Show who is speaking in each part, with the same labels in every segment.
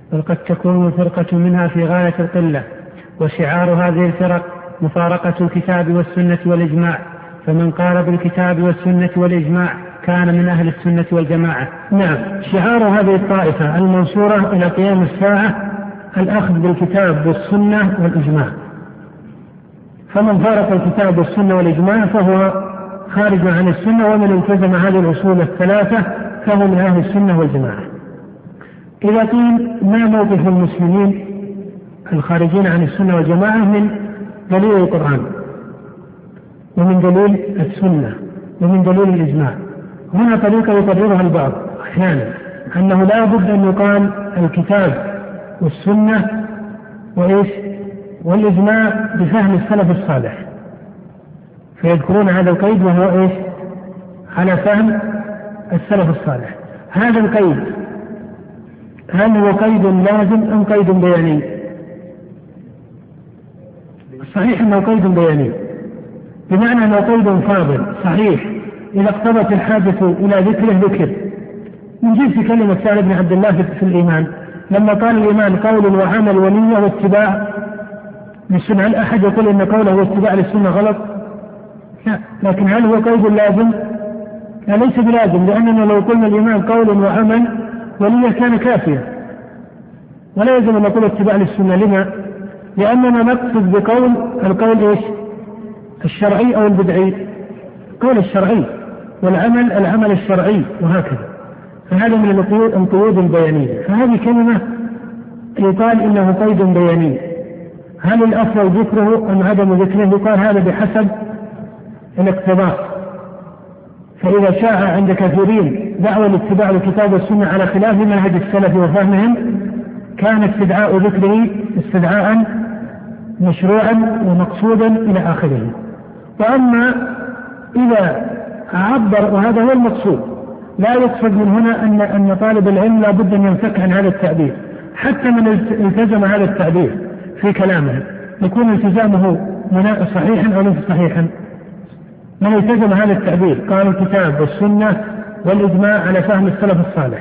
Speaker 1: بل قد تكون الفرقة منها في غاية القلة، وشعار هذه الفرق مفارقة الكتاب والسنة والإجماع، فمن قال بالكتاب والسنة والإجماع كان من أهل السنة والجماعة.
Speaker 2: نعم، شعار هذه الطائفة المنصورة إلى قيام الساعة الأخذ بالكتاب والسنة والإجماع، فمن فارق الكتاب والسنة والإجماع فهو خارج عن السنة، ومن التزم هذه الأصول الثلاثة فهو من أهل السنة والجماعة. إذا قيل ما موقف المسلمين الخارجين عن السنة والجماعة من دليل القرآن ومن دليل السنة ومن دليل الإجماع، هنا طريقة يقررها البعض أحيانا أنه لا بد أن يقال الكتاب والسنة والإجماع بفهم السلف الصالح، فيذكرون هذا القيد وهو على فهم السلف الصالح. هذا القيد هل هو قيد لازم أم قيد بياني؟ صحيح أنه قيد بياني، بمعنى أنه قيد فاضل صحيح، إذا اقتضت الحاجة إلى ذكره ذكر، من جنس كلمة سهل بن عبد الله في الإيمان لما قال الإيمان قول وعمل ونية واتباع للسنة. هل أحد يقول إن قوله واتباع للسنة غلط؟ لا، لكن هل هو قيد لازم؟ لا، ليس بلازم، لأننا لو قلنا الإيمان قول وعمل ونية كان كافيا، ولا يجب أن نقول اتباع للسنة. لما؟ لأننا نقصد بقول القول الشرعي أو البدعي، قول الشرعي، والعمل العمل الشرعي، وهكذا. فهذا من القيود البيانية. فهذه كلمة يقال إنه قيد بياني، هل الأفضل ذكره أم عدم ذكره؟ يقال هذا بحسب الاقتضاء. فإذا شاع عند كثيرين دعوة الاتباع الكتاب والسنة على خلاف منهج السلف وفهمهم كان استدعاء ذكره استدعاء مشروعا ومقصودا إلى آخره. وأما إذا عبر، وهذا هو المقصود، لا يقصد من هنا أن طالب العلم لا بد أن ينفك عن هذا التعبير، حتى من التزم هذا التعبير في كلامه يكون التزامه صحيحا أو ليس صحيحا. من التزم هذا التعبير قال الكتاب والسنة والإجماع على فهم السلف الصالح،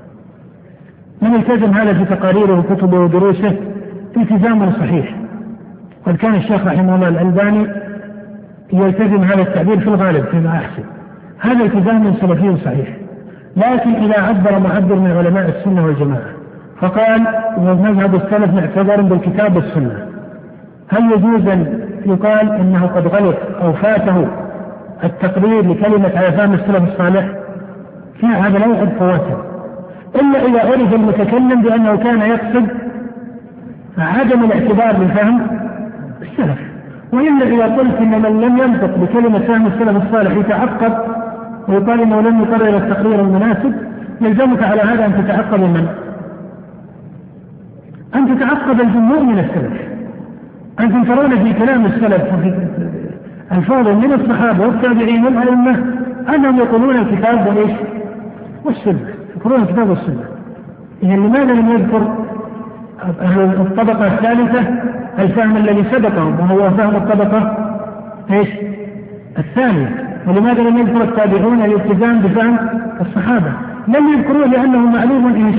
Speaker 2: من التزم هذا في تقاريره وكتبه ودروسه التزامه صحيح. قد كان الشيخ رحمه الله الألباني يلتزم هذا التعبير في الغالب فيما أحسن، هذا التزام سلفي صحيح. لكن إذا عبر معبر من علماء السنة والجماعة فقال ومذهب السلف معتبر بالكتاب والسنة، هل يجوز أن يقال إنه قد غلط أو فاته التقرير لكلمة على فهم السلف الصالح؟ لا، هذا لا يعد فواته، إلا إذا عرف المتكلم بأنه كان يقصد عدم الاعتبار بفهم السلف. وإلا إذا قلت إن من لم ينطق بكلمة فهم السلف الصالح يتعقب ويقال إنه لم يقرر التقرير المناسب، يلزمك على هذا أن تتعقب أن تتعقب الجمهور من السلف. أنتم ترون في كلام السلف وفي الفاظ من الصحابة والتابعين والأئمة أنهم يقولون الكتاب والسنة، يقولون الكتاب والسنة. إذا لماذا لم يذكر الطبقة الثالثة الفهم الذي سبقهم وهو فهم الطبقة الثانية؟ ولماذا لم يذكر التابعون الالتزام بفهم الصحابة؟ لم يذكروه لأنه معلوم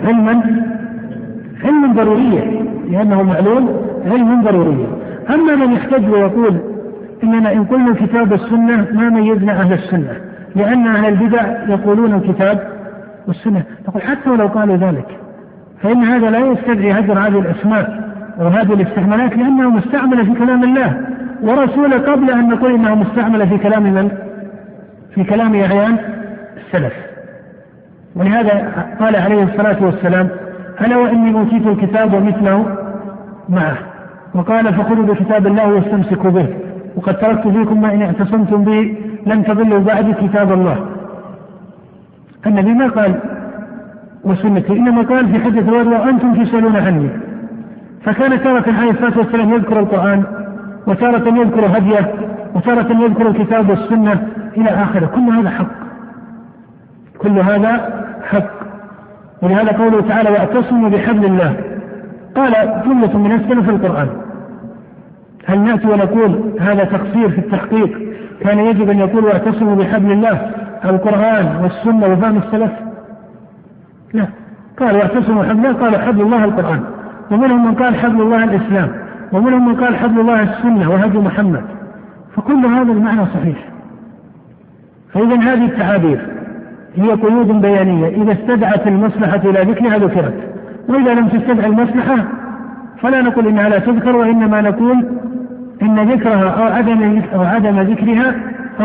Speaker 2: علما ضروريا، لأنه معلوم علم ضروري. أما من يحتج ويقول إننا إن قلنا الكتاب والسنة ما ميزنا أهل السنة لأن أهل البدع يقولون الكتاب والسنة، نقول حتى ولو قالوا ذلك فإن هذا لا يستدعي هجر هذه الأسماء وهذه الاستعمالات، لأنها مستعملة في كلام الله ورسوله قبل أن نقول إنها مستعملة في كلام من؟ في كلام أعيان السلف. ولهذا قال عليه الصلاة والسلام ألا وإني أوتيت الكتاب ومثله معه، وقال فخذوا بكتاب الله واستمسكوا به وقد تركت فيكم ما إن اعتصمتم به لن تضلوا بعد كتاب الله. النبي ما قال وسنتي، إنما قال في حديث وأنتم تسألون عني. فكان تارة عليه الصلاة والسلام يذكر القرآن وتارة يذكر هديه وتارة يذكر الكتاب والسنة إلى آخره. كل هذا حق. ولهذا قوله تعالى واعتصموا بحبل الله، قال جملة من السلف في القرآن. هل نأتي ونقول هذا تقصير في التحقيق؟ كان يجب أن يقول واعتصموا بحبل الله القرآن والسنة وفهم السلف؟ لا، قال واعتصموا حبل الله، قال حبل الله القرآن، ومنهم من قال حبل الله الإسلام، ومنهم من قال حبل الله السنة وهدي محمد، فكل هذا المعنى صحيح. فإذا هذه التعابير هي قيود بيانية، إذا استدعت المصلحة إلى ذكرها ذكرت، وإذا لم تستدع المصلحة فلا نقول إنها لا تذكر، وإنما نقول إن ذكرها أو عدم ذكرها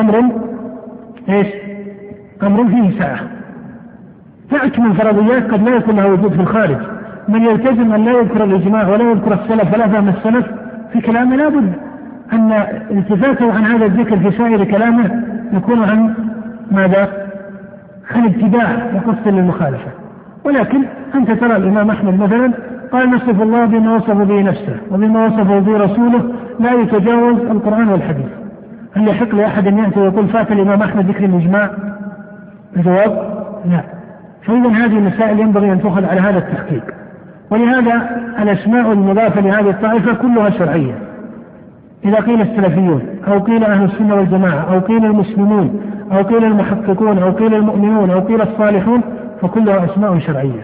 Speaker 2: أمر فيه سعة. تأتي من فرضيات قد لا يكون لها وجود في الخارج. من يلتزم أن لا يذكر الإجماع ولا يذكر السلف ولا فهم السلف في كلامه لابد أن التفاته عن هذا الذكر في سائر كلامه يكون عن ماذا؟ عن ابتداع وقصد للمخالفة. ولكن أنت ترى الإمام أحمد مثلا قال نصف الله بما وصف به نفسه وبما وصفه به رسوله لا يتجاوز القرآن والحديث. هل يحق لأحد أن يأتي ويقول فات الإمام أحمد ذكر الإجماع؟ الجواب لا. فإذا هذه المسائل ينبغي أن تأخذ على هذا التحقيق. ولهذا الأسماء المضافة لهذه الطائفة كلها شرعية. إذا قيل السلفيون أو قيل أهل السنة والجماعة أو قيل المسلمون أو قيل المحققون أو قيل المؤمنون أو قيل الصالحون فكلها أسماء شرعية.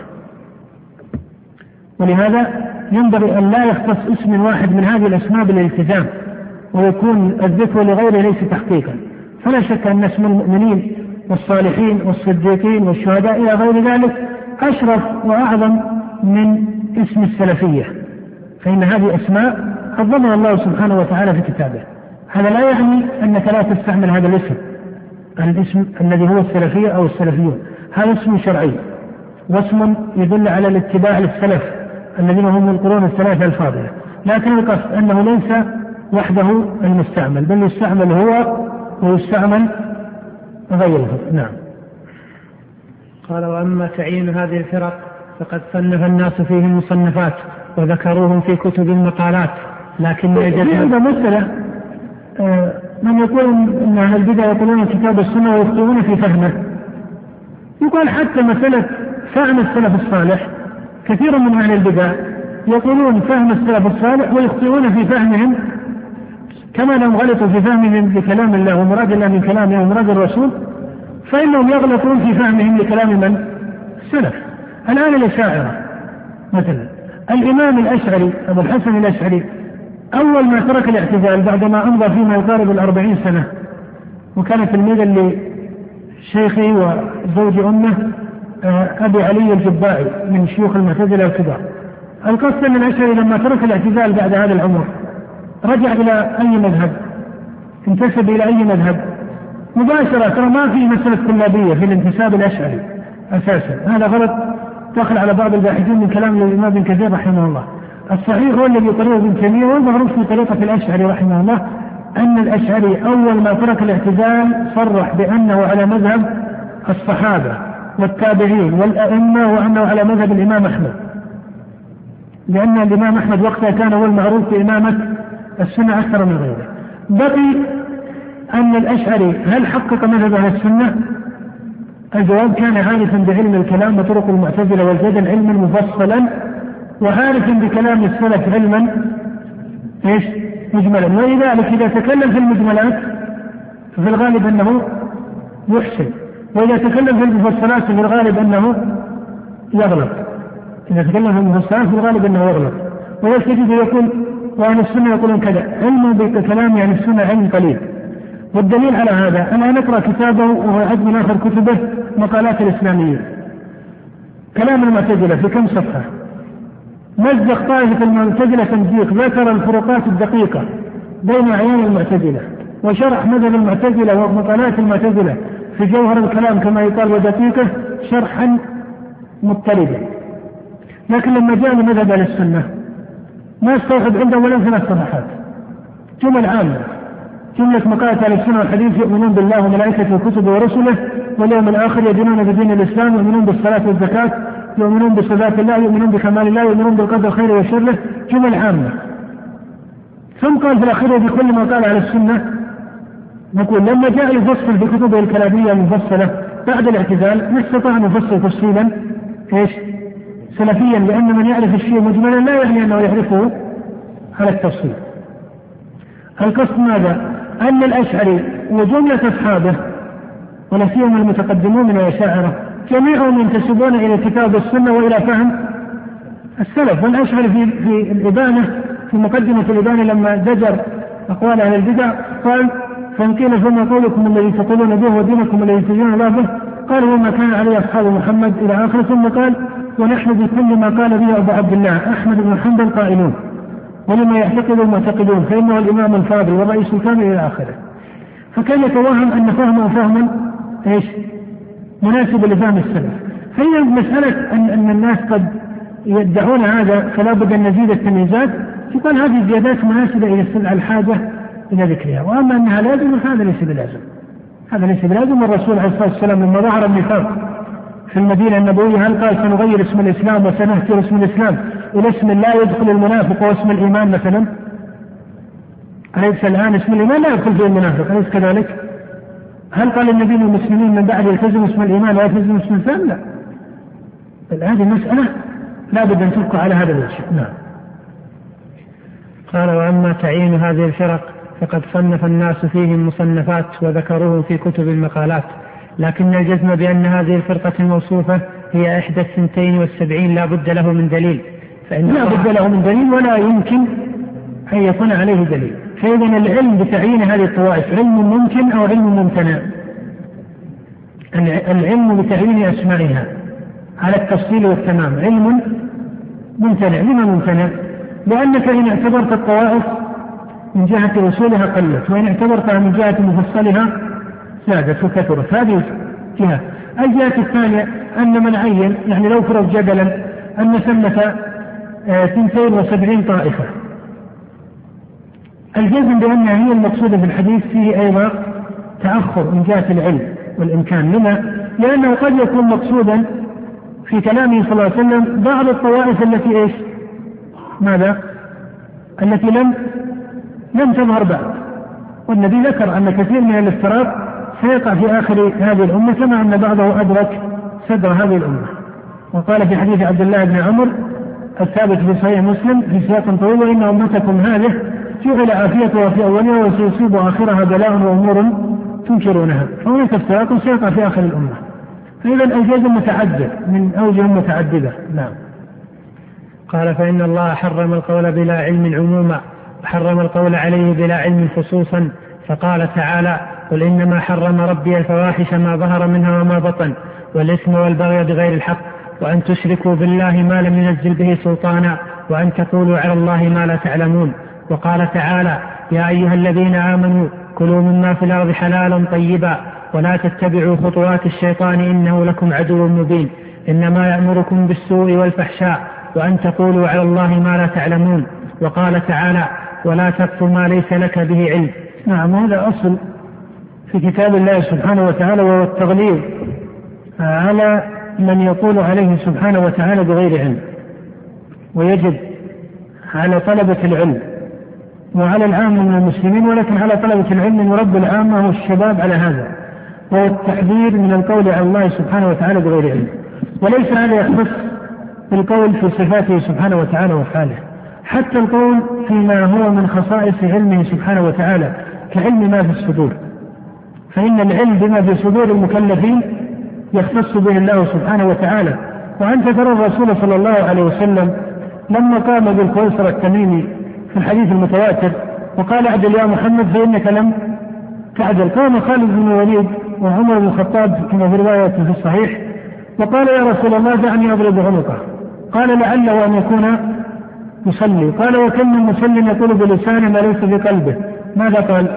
Speaker 2: ولهذا ينبغي أن لا يختص اسم واحد من هذه الأسماء بالالتزام ويكون الذكر لغيره ليس تحقيقا. فلا شك أن اسم المؤمنين والصالحين والصديقين والشهداء إلى غير ذلك أشرف وأعظم من اسم السلفية، فإن هذه أسماء قدمها الله سبحانه وتعالى في كتابه. هذا لا يعني أنك لا تستعمل هذا الاسم الذي هو السلفية أو السلفيون. هذا اسم شرعي واسم يدل على الاتباع للسلف الذين هم من القرون الثلاثة الفاضلة، لكن القصد أنه ليس وحده المستعمل بل يستعمل هو ويستعمل غيره. نعم.
Speaker 1: قال وأما تعيين هذه الفرق فقد صنف الناس فيهم مصنفات وذكروهم في كتب المقالات، لكن
Speaker 2: هذا مسألة من يقول أن أهل البدع يقولون كتاب السنة ويخطئون في فهمه. يقال حتى مسألة فهم السلف الصالح كثير من أهل البدع يقولون فهم السلف الصالح ويخطئون في فهمهم، كما لهم غلطوا في فهمهم لكلام الله ومراد الله من كلامه ومراد الرسول فإنهم يغلطون في فهمهم لكلام من؟ السلف. الآن الأشاعرة مثلا الإمام الأشعري أبو الحسن الأشعري أول ما ترك الاعتزال بعدما أمضى فيما يقارب 40 سنة وكان تلميذا لشيخي وزوج أمه أبي علي الجبائي من شيوخ المعتزلة الكبار. القصد أن الأشعري لما ترك الاعتزال بعد هذا العمر رجع إلى أي مذهب؟ انتسب إلى أي مذهب؟ مباشرة. ترى ما في مسألة كلابية في الانتساب الأشعري أساسا، هذا غلط دخل على بعض الباحثين من كلام الإمام ابن كثير رحمه الله. الصحيح هو الذي طريقه ابن تيمية والمعروف في طريقة الأشعري رحمه الله أن الأشعري أول ما ترك الاعتزال صرح بأنه على مذهب الصحابة والتابعين والأئمة وأنه على مذهب الإمام أحمد، لأن الإمام أحمد وقتها كان هو المعروف بإمامة السنة أكثر من غيره. بقي أن الأشعري هل حقق مذهب أهل السنة؟ الجواب كان عارفا بعلم الكلام وطرق المعتزلة والجدل علما مفصلا وعارفا بكلام السلف علما مجملا. ولذلك إذا تكلم في المجملات ففي الغالب أنه يحسن، وإذا تكلم في المفصلات في الغالب أنه يغلط. إذا تكلم في المفصلات في الغالب أنه يغلط. ويستجد يقول وأهل السنة يقولون كذا، علم بكلام يعني السنة علم قليل. والدليل على هذا أنا نقرأ كتابه وهو يعد من آخر كتبه مقالات الإسلامية، كلام المعتزلة في كم صفحة، مزق طائفة المعتزلة تمزيق، ذكر الفروقات الدقيقة بين أعيان المعتزلة وشرح مذهب المعتزلة ومقالات المعتزلة في جوهر الكلام كما يقال ودقيقه شرحا مضطردا. لكن لما جاء لمذهب أهل السنة ما استوعب عنده ولا 3 صفحات، جمل عامة، جملة مقالة أهل السنة والحديث يؤمنون بالله وملائكته وكتبه ورسله واليوم الآخر، يدينون بدين الإسلام، يؤمنون بالصلاة والزكاة، يؤمنون بصفات الله، يؤمنون بكمال الله، يؤمنون بالقدر خيره وشره، جمل عامة. ثم قال في الأخير بكل ما قال على السنة نقول لما جاء يفصل بكتبه الكلامية المفصلة بعد الاعتزال ما استطاع أن يفصل تفصيلا سلفيا، لأن من يعرف الشيء مجملا لا يعني أنه يعرفه على التفصيل. القصد ماذا؟ أن الأشعري وجملة أصحابه ولا سيما المتقدمون من الأشاعرة جميعهم ينتسبون إلى الكتاب والسنة وإلى فهم السلف. والأشعري في الإبانة في مقدمة الإبانة لما زجر أقوال أهل البدع قال: فإن قيل فما قولكم الذي تقولون به ودينكم الذي تدينون الله به؟ قال: وما كان عليه أصحاب محمد إلى آخره. ثم قال: ونحن بكل ما قال به أبو عبد الله أحمد بن حنبل قائلون، ولما يعتقد المعتقدون فإنه الإمام الفاضل والرئيس الكامل إلى آخره. فكان يتوهم أن فهمه فهما إيش؟ مناسب لفهم السلف. فهي مسألة أن الناس قد يدعون هذا فلا بد أن نزيد التمييزات، يقال هذه الزيادات مناسبة إلى الحاجة إلى ذكرها. وأما أنها لازم فهذا ليس بلازم، هذا ليس بلازم. الرسول عليه الصلاة والسلام لما ظهر النفاق في المدينة النبوية هل قال سنغير اسم الإسلام وسنهجر اسم الإسلام إلى اسم لا يدخل المنافق واسم الإيمان مثلا؟ أليس الآن اسم الإيمان لا يدخل فيه المنافق؟ أليس كذلك؟ هل قال النبي للمسلمين من بعد يلتزم اسم الإيمان ويلتزم اسم الإسلام؟ لا. بل هذه المسألة لا بد أن تبقى على هذا الوجه. نعم.
Speaker 1: قال: وأما تعيين هذه الفرق فقد صنف الناس فيهم مصنفات وذكروه في كتب المقالات، لكن الجزم بأن هذه الفرقة الموصوفة هي إحدى 72 لا بد له من دليل،
Speaker 2: لا بد له من دليل ولا يمكن أن يكون عليه دليل. فإذا العلم بتعيين هذه الطوائف علم ممكن أو علم ممتنع؟ العلم بتعيين أسمائها على التفصيل والتمام علم ممتنع. لما ممتنع؟ لأنك إن اعتبرت الطوائف من جهة أصولها قلت، وإن اعتبرتها من جهة مفصلها زادت وكثرت. هذه جهة. الجهة الثانية أن من عين، يعني لو فرض جدلا أن ثمة 72 طائفة، الجزم بأنها هي المقصودة في الحديث فيه أيضا تأخر من جهة العلم والإمكان. لما؟ لأنه قد يكون مقصودا في كلامه صلى الله عليه وسلم بعض الطوائف التي إيش؟ ماذا؟ التي لم تظهر بعد. والنبي ذكر أن كثير من الافتراق سيقع في آخر هذه الأمة، كما أن بعضه أدرك صدر هذه الأمة. وقال في حديث عبد الله بن عمر الثابت في صحيح مسلم في سياق طويل: وإن أمتكم هذه جعل عافيتها في أولها وسيصيب آخرها بلاء وأمور تنكرونها. فهناك افتراق سيقع في آخر الأمة. فإذا الجزم متعدد من أوجه متعددة. نعم.
Speaker 1: قال: فإن الله حرم القول بلا علم عموما، وحرم القول عليه بلا علم خصوصا، فقال تعالى: قل إنما حرم ربي الفواحش ما ظهر منها وما بطن والإثم والبغي بغير الحق وأن تشركوا بالله ما لم ينزل به سلطانا وأن تقولوا على الله ما لا تعلمون. وقال تعالى: يا أيها الذين آمنوا كلوا مما في الأرض حلالا طيبا ولا تتبعوا خطوات الشيطان إنه لكم عدو مبين إنما يأمركم بالسوء والفحشاء وأن تقولوا على الله ما لا تعلمون. وقال تعالى: ولا تقف ما ليس لك به علم.
Speaker 2: نعم. هذا أصل في كتاب الله سبحانه وتعالى، وهو التغليظ على من يقول عليه سبحانه وتعالى بغير علم. ويجب على طلبة العلم وعلى العامة من المسلمين، ولكن على طلبة العلم من رب العامة والشباب على هذا، وهو التحذير من القول على الله سبحانه وتعالى بغير علم. وليس هذا يختص بالقول في صفاته سبحانه وتعالى وحاله، حتى القول فيما هو من خصائص علمه سبحانه وتعالى كعلم ما في الصدور، فإن العلم بما في صدور المكلفين يختص به الله سبحانه وتعالى. وأنت ترى الرسول صلى الله عليه وسلم لما قام بالقيصر التميمي في الحديث المتواتر وقال: اعدل يا محمد فإنك لم تعدل، قام خالد بن الوليد وعمر بن الخطاب كما في رواية في الصحيح وقال: يا رسول الله دعني أضرب عنقه. قال: لعله أن يكون يصلي. قال: وكم من مسلم يقول بلسانه ما ليس في قلبه. ماذا قال؟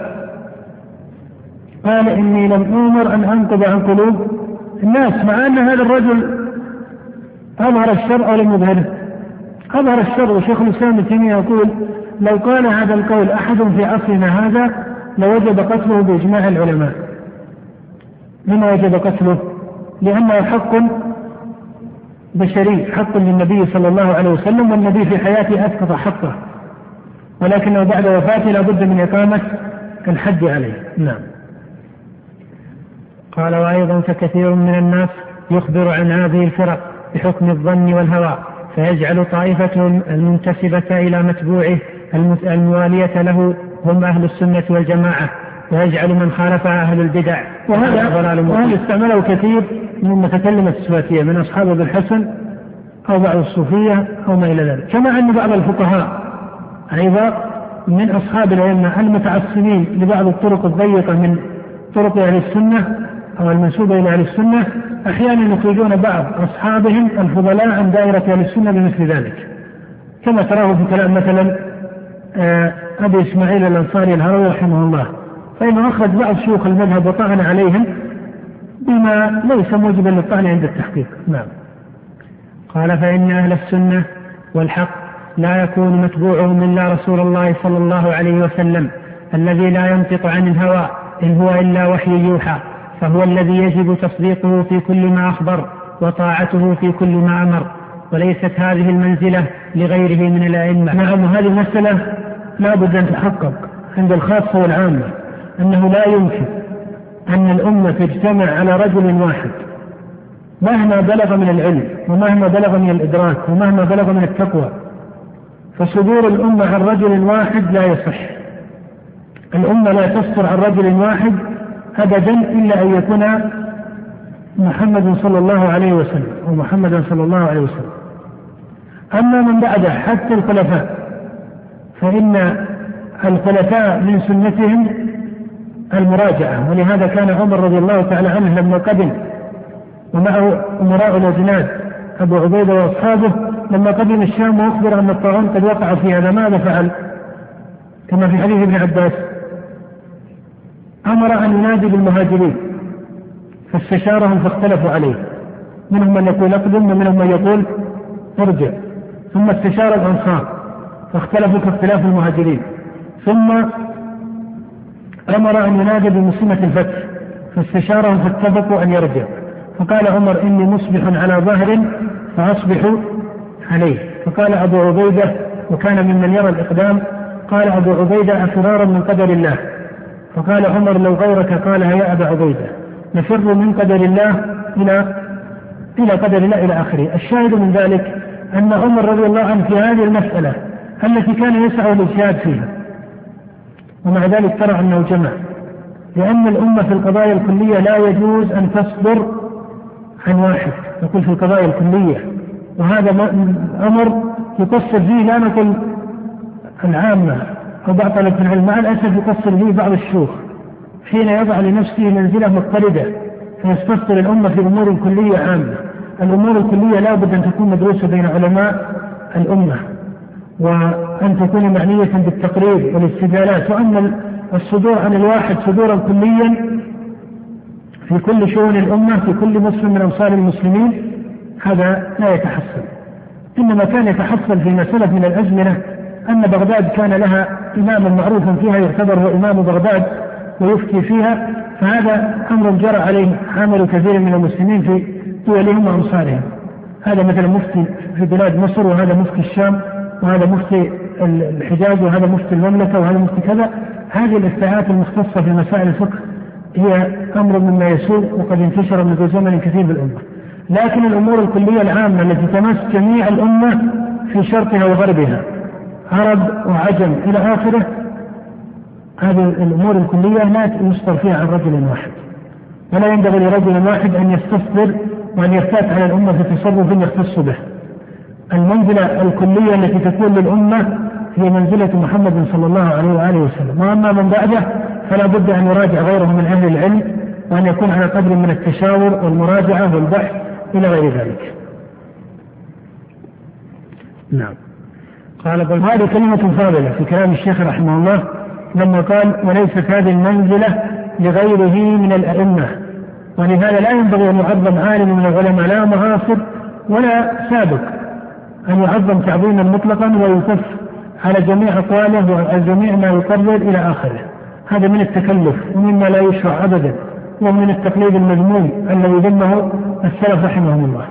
Speaker 2: قال: إني لم أمر أن أنقض عن قلوب الناس، مع أن هذا الرجل أظهر الشر أو لم يظهره؟ أظهر الشر. وشيخ الإسلام ابن تيمية يقول: لو قال هذا القول أحد في عصرنا هذا لوجب قتله بإجماع العلماء. لما وجب قتله؟ لأنه حق بشري، حق للنبي صلى الله عليه وسلم، والنبي في حياته أسقط حقه، ولكنه بعد وفاته لابد من إقامة الحد عليه. نعم.
Speaker 1: قال: وأيضا فكثير من الناس يخبر عن هذه الفرق بحكم الظن والهوى، فيجعل طائفة المنتسبة إلى متبوعه الموالية له هم أهل السنة والجماعة، ويجعل من خالفها أهل البدع.
Speaker 2: وهذا استعمله كثير من متكلمة السواتية من أصحاب ابن الحسن أو بعض الصوفية أو ما إلى ذلك. كما أن بعض الفقهاء أيضا من أصحاب الأئمة المتعصبين لبعض الطرق الضيقة من طرق أهل السنة أو المنسوبة إلى أهل السنة أحيانا يخرجون بعض أصحابهم الفضلاء عن دائرة أهل السنة بمثل ذلك، كما تراه في كلام مثلا أبي إسماعيل الأنصاري الهروي رحمه الله، فإنه أخرج بعض شيوخ المذهب وطعن عليهم بما ليس موجبا للطعن عند التحقيق. نعم.
Speaker 1: قال فإن أهل السنة والحق لا يكون متبوعهم إلا رسول الله صلى الله عليه وسلم الذي لا ينطق عن الهوى إن هو إلا وحي يوحى، فهو الذي يجب تصديقه في كل ما أخبر وطاعته في كل ما أمر، وليست هذه المنزلة لغيره من الأئمة.
Speaker 2: نعم. هذه المسألة لا بد أن تحقق عند الخاصة والعامة، أنه لا يمكن أن الأمة تجتمع على رجل واحد مهما بلغ من العلم ومهما بلغ من الإدراك ومهما بلغ من التقوى، فصدور الأمة عن رجل واحد لا يصح. الأمة لا تصدر عن رجل واحد أبدا إلا أن يكون محمد صلى الله عليه وسلم ومحمد صلى الله عليه وسلم. أما من بعده حتى الخلفاء فإن الخلفاء من سنتهم المراجعة، ولهذا كان عمر رضي الله تعالى عنه لما قدم ومعه أمراء الأجناد أبو عبيدة وأصحابه لما قدم الشام وأخبر أن الطاعون قد وقع في هذا ماذا فعل؟ كما في حديث ابن عباس أمر أن ينادي بالمهاجرين فاستشارهم فاختلفوا عليه، منهم من يقول اقدم ومنهم من يقول ارجع، ثم استشار الأنصار فاختلفوا كاختلاف المهاجرين، ثم أمر أن ينادي بمسلمة الفتح فاستشارهم فاتفقوا أن يرجع، فقال عمر إني مصبح على ظهر فأصبحوا عليه، فقال أبو عبيدة وكان ممن يرى الإقدام قال أبو عبيدة أفرارا من قدر الله، فقال عمر لو غيرك قالها يا أبا عبيدة نفر من قدر الله إلى قدر الله إلى آخره. الشاهد من ذلك أن عمر رضي الله عنه في هذه المسألة التي كان يسعى الاجتهاد فيها ومع ذلك ترى أنه جمع، لأن الأمة في القضايا الكلية لا يجوز أن تصدر عن واحد، نقول في القضايا الكلية، وهذا أمر يقصر فيه لا نقول العامة أو بعض طلبة العلم، مع الأسف يقصر فيه بعض الشيوخ حين يضع لنفسه منزلة مضطردة فيستصدر الأمة في أمور كلية عامة. الأمور الكلية لا بد أن تكون مدروسة بين علماء الأمة وأن تكون معنية بالتقرير والاستدلالات، وأن الصدور عن الواحد صدورا كليا في كل شؤون الأمة في كل مسلم من أمصار المسلمين هذا لا يتحصل. إنما كان يتحصل في مسألة من الأزمنة أن بغداد كان لها إماما معروفا فيها يعتبر هو إمام بغداد ويفتي فيها، فهذا أمر جرى عليه عمل كثير من المسلمين في دولهم وأمصارهم. هذا مثلا مفتي في بلاد مصر، وهذا مفتي الشام، وهذا مفتي الحجاز، وهذا مفتي المملكة، وهذا مفتي كذا. هذه الافتاءات المختصة في مسائل الفقه هي أمر مما يسوء وقد انتشر منذ زمن كثير بالأمة، لكن الأمور الكلية العامة التي تمس جميع الأمة في شرقها وغربها عرب وعجم إلى آخره، هذه الأمور الكلية لا يصدر فيها عن رجل واحد، ولا ينبغي لرجل واحد أن يستصدر وأن يفتات على الأمة في تصرف يختص به. المنزلة الكلية التي تكون للأمة هي منزلة محمد صلى الله عليه وآله وسلم، وأما من بعده فلا بد أن يراجع غيره من أهل العلم وأن يكون على قدر من التشاور والمراجعة والبحث إلى غير ذلك. نعم. قال بل هذه كلمة فاضلة في كلام الشيخ رحمه الله لما قال وليست هذه المنزلة لغيره من الأئمة، ولهذا لا ينبغي أن يعظم عالم من العلماء لا معاصر ولا سابق أن يعظم تعظيما مطلقا ويكف على جميع أقواله وعلى جميع ما يقرر إلى آخره. هذا من التكلف ومما لا يشرع أبدا، ومن التقليد المذموم الذي ذمه السلف رحمهم الله.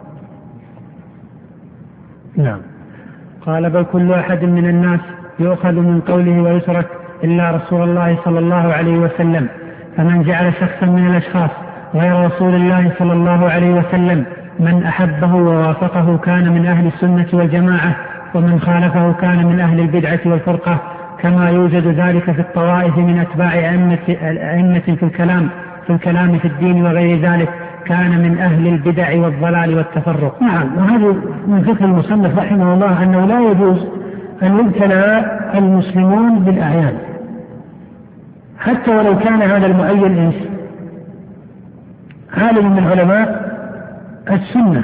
Speaker 2: نعم.
Speaker 1: قال بل كل أحد من الناس يؤخذ من قوله ويترك إلا رسول الله صلى الله عليه وسلم، فمن جعل شخصا من الأشخاص غير رسول الله صلى الله عليه وسلم من أحبه ووافقه كان من أهل السنة والجماعة، ومن خالفه كان من أهل البدعة والفرقة، كما يوجد ذلك في الطوائف من أتباع أئمة في الكلام في الدين وغير ذلك، كان من أهل البدع والضلال والتفرق.
Speaker 2: نعم، وهذا من فقه المصنف رحمه الله أنه لا يجوز أن يبتلى المسلمون بالأعيان حتى ولو كان هذا المعين عالم من علماء السنة،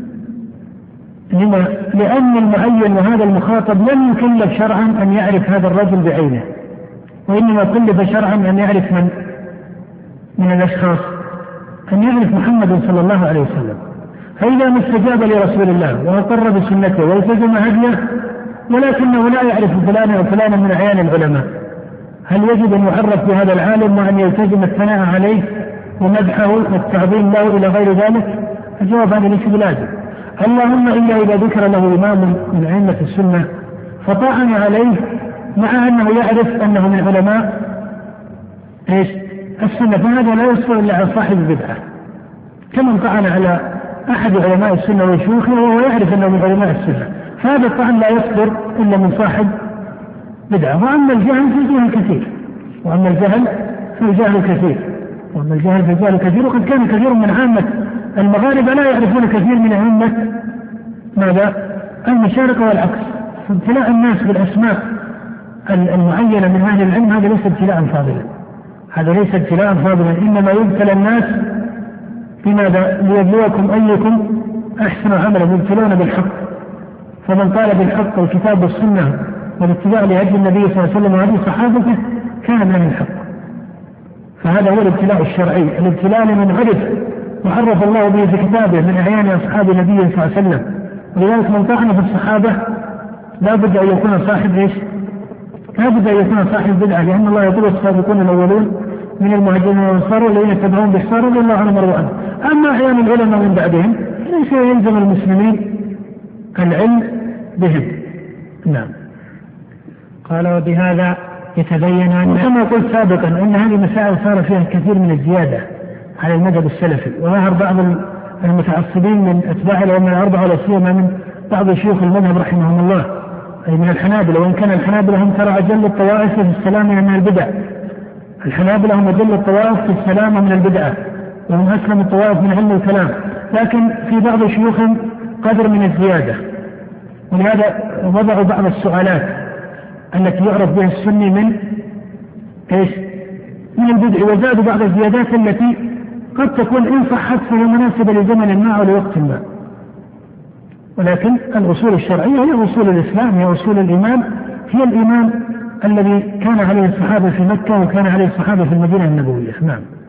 Speaker 2: لأن المعين وهذا المخاطب لم يكلف شرعا أن يعرف هذا الرجل بعينه، وإنما كلف شرعا أن يعرف من الأشخاص، أن يعرف محمد صلى الله عليه وسلم. فإذا ما استجاب لرسول الله وأقر بسنته والتزم هديه ولكنه لا يعرف فلانا وفلانا من أعيان العلماء، هل يجب أن يعرف بهذا العالم وأن يلتزم الثناء عليه ومدحه والتعظيم له إلى غير ذلك؟ الجواب هذا ليس بلازم، اللهم إلا إذا ذكر له إمام من أئمة السنة فطعن عليه مع أنه يعرف أنه من علماء السنة، فهذا لا يصدر إلا على صاحب البدعة، كمن طعن على أحد علماء السنة وشيوخه وهو يعرف أنه من علماء السنة، فهذا الطعن لا يصدر إلا من صاحب بدعة. وأما الجهل فالجهل كثير، وقد كان كثير من عامة المغاربة لا يعرفون كثير من أئمة ماذا؟ المشارقة والعكس. فابتلاء الناس بالأسماء المعينة من أهل العلم هذا ليس ابتلاء فاضلا، إنما يبتلى الناس بماذا؟ ليبلوكم أيكم أحسن عملا، يبتلون بالحق، فمن قال بالحق والكتاب والسنة والاتباع لهدي النبي صلى الله عليه وسلم وهدي صحابته كان من الحق. فهذا هو الابتلاء الشرعي، الابتلاء لمن عرف وعرف الله به في كتابه من أعيان أصحاب النبي صلى الله عليه وسلم. ولذلك من طعن في الصحابة لا بد أن يكون صاحب بدعة، لأن الله يقول السابقون الأولون من المهاجرين والأنصار والذين اتبعوهم بإحسان رضي الله عنهم ورضوا عنه. أما أعيان العلماء من بعدهم ليس يلزم المسلمين العلم بهم. نعم.
Speaker 1: قال وبهذا يتبين أن
Speaker 2: وكما قلت سابقا أن هذه مسائل صار فيها كثير من الزيادة على المذهب السلفي، وظهر بعض المتعصبين من أتباع الأئمة الأربعة ولا سيما من بعض شيوخ المذهب رحمهم الله أي من الحنابلة، وإن كان الحنابلة هم ترى أجل الطوائف في السلامة من البدع، الحنابلة هم أجل الطوائف في السلامة من البدعة وهم أسلم الطوائف من علم الكلام، لكن في بعض شيوخهم قدر من الزيادة، ولهذا وضعوا بعض السؤالات التي يعرف بها السني من البدع، وزادوا بعض الزيادات التي قد تكون إن صحت فهي مناسبة لزمن ما ولوقت ما، ولكن الأصول الشرعية هي أصول الإسلام، هي أصول الإيمان، هي الإيمان الذي كان عليه الصحابة في مكة وكان عليه الصحابة في المدينة النبوية. نعم.